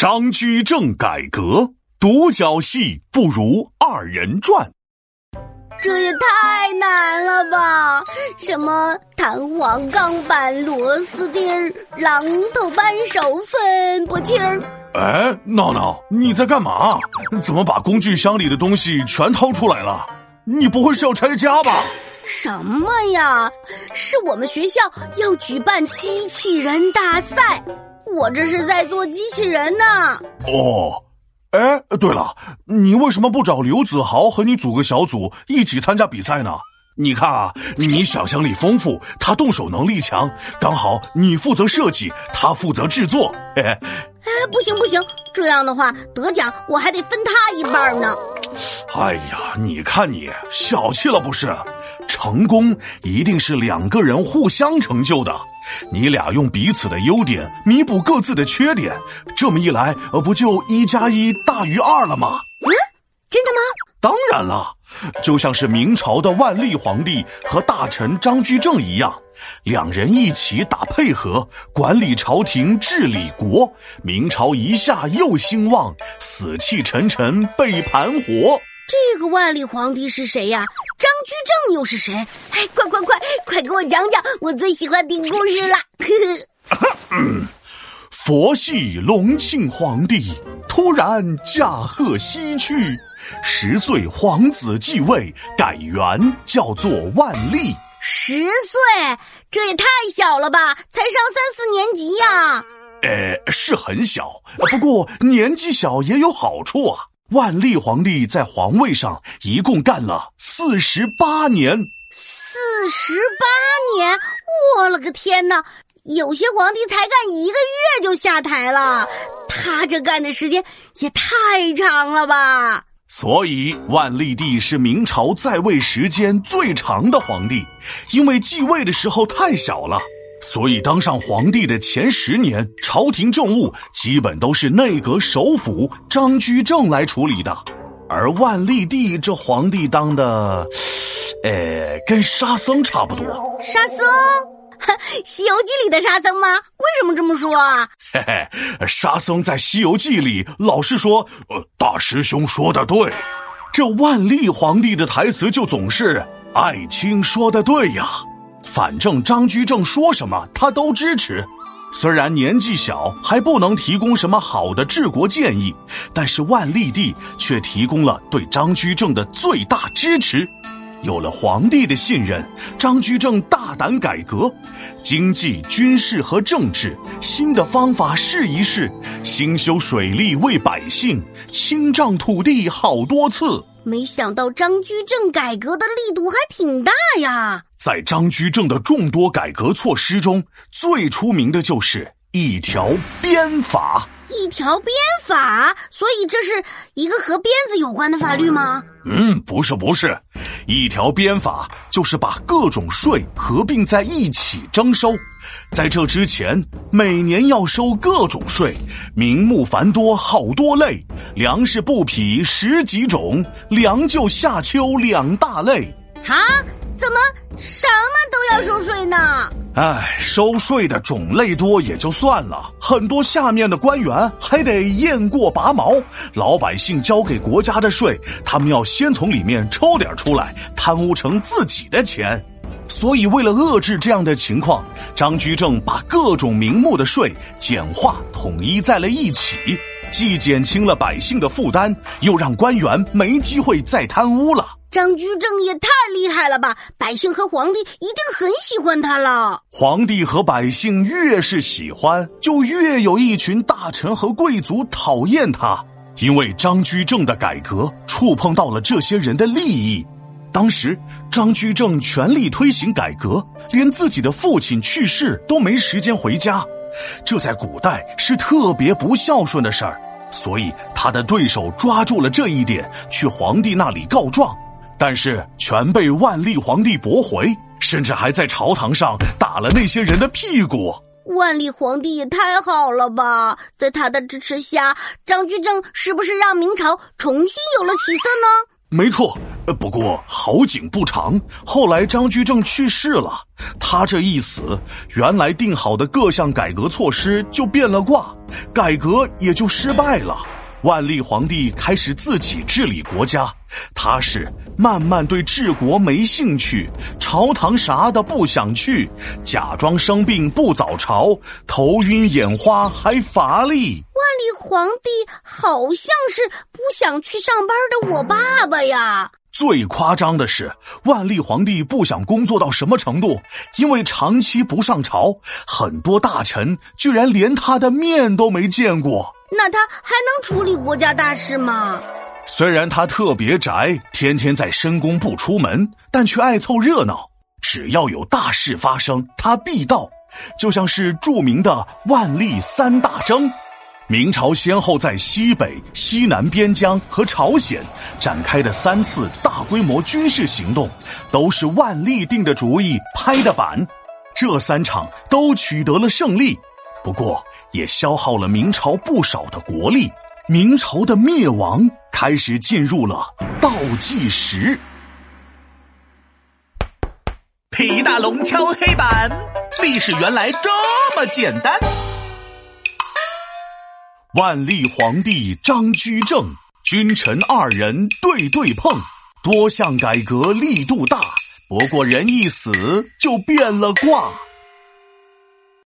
张居正改革，独角戏不如二人转。 这也太难了吧！什么弹簧钢板、螺丝钉儿、榔头扳手、分拨器儿。 哎，闹闹，你在干嘛？怎么把工具箱里的东西全掏出来了？你不会是要拆家吧？ 什么呀？是我们学校要举办机器人大赛，我这是在做机器人呢。 哦，哎，对了，你为什么不找刘子豪和你组个小组一起参加比赛呢？你看啊，你想象力丰富，他动手能力强，刚好你负责设计，他负责制作。嘿嘿。 哎，不行，这样的话得奖我还得分他一半呢。 哎呀，你看你小气了不是？成功一定是两个人互相成就的，你俩用彼此的优点弥补各自的缺点，这么一来不就1+1大于2了吗？ 真的吗？ 当然了，就像是明朝的万历皇帝和大臣张居正一样，两人一起打配合，管理朝廷治理国，明朝一下又兴旺，死气沉沉被盘活。 这个万历皇帝是谁呀？张居正又是谁？哎，快给我讲讲，我最喜欢听故事了。 佛系隆庆皇帝突然驾鹤西去，10岁皇子继位，改元叫做万历。 10岁？这也太小了吧，才上3、4年级呀。 是很小，不过年纪小也有好处啊。万历皇帝在皇位上一共干了48年。 48年？我了个天哪！有些皇帝才干1个月就下台了，他这干的时间也太长了吧。 所以万历帝是明朝在位时间最长的皇帝，因为继位的时候太小了，所以当上皇帝的前10年，朝廷政务基本都是内阁首辅张居正来处理的。而万历帝这皇帝当的跟沙僧差不多。 沙僧？西游记里的沙僧吗？为什么这么说啊？ 嘿嘿，沙僧在西游记里老是说大师兄说的对，这万历皇帝的台词就总是爱卿说的对呀。反正张居正说什么他都支持，虽然年纪小还不能提供什么好的治国建议，但是万历帝却提供了对张居正的最大支持。有了皇帝的信任，张居正大胆改革，经济、军事和政治新的方法试一试，兴修水利为百姓，清账土地好多次。 没想到张居正改革的力度还挺大呀。 在张居正的众多改革措施中，最出名的就是一条鞭法。 一条鞭法？所以这是一个和鞭子有关的法律吗？ 不是，一条鞭法就是把各种税合并在一起征收。在这之前，每年要收各种税，名目繁多，好多类，粮食布匹10几种，粮就夏秋2大类。 啊？怎么什么都要收税呢？ 收税的种类多也就算了，很多下面的官员还得验过拔毛，老百姓交给国家的税，他们要先从里面抽点出来，贪污成自己的钱。所以为了遏制这样的情况，张居正把各种名目的税简化统一在了一起，既减轻了百姓的负担，又让官员没机会再贪污了。 张居正也太厉害了吧，百姓和皇帝一定很喜欢他了。 皇帝和百姓越是喜欢，就越有一群大臣和贵族讨厌他，因为张居正的改革触碰到了这些人的利益。当时张居正全力推行改革，连自己的父亲去世都没时间回家，这在古代是特别不孝顺的事儿，所以他的对手抓住了这一点，去皇帝那里告状，但是全被万历皇帝驳回，甚至还在朝堂上打了那些人的屁股。 万历皇帝也太好了吧，在他的支持下，张居正是不是让明朝重新有了起色呢？ 没错， 不过好景不长，后来张居正去世了，他这一死，原来定好的各项改革措施就变了卦，改革也就失败了。万历皇帝开始自己治理国家，他是慢慢对治国没兴趣，朝堂啥的不想去，假装生病不早朝，头晕眼花还乏力。 万历皇帝好像是不想去上班的我爸爸呀。 最夸张的是，万历皇帝不想工作到什么程度，因为长期不上朝，很多大臣居然连他的面都没见过。 那他还能处理国家大事吗？ 虽然他特别宅，天天在深宫不出门，但却爱凑热闹，只要有大事发生，他必到，就像是著名的万历三大征。明朝先后在西北、西南边疆和朝鲜展开的3次大规模军事行动，都是万历定的主意、拍的板。这3场都取得了胜利，不过也消耗了明朝不少的国力。明朝的灭亡开始进入了倒计时。 皮大龙敲黑板，历史原来这么简单。 万历皇帝张居正，君臣2人对对碰，多项改革力度大，不过人一死就变了卦。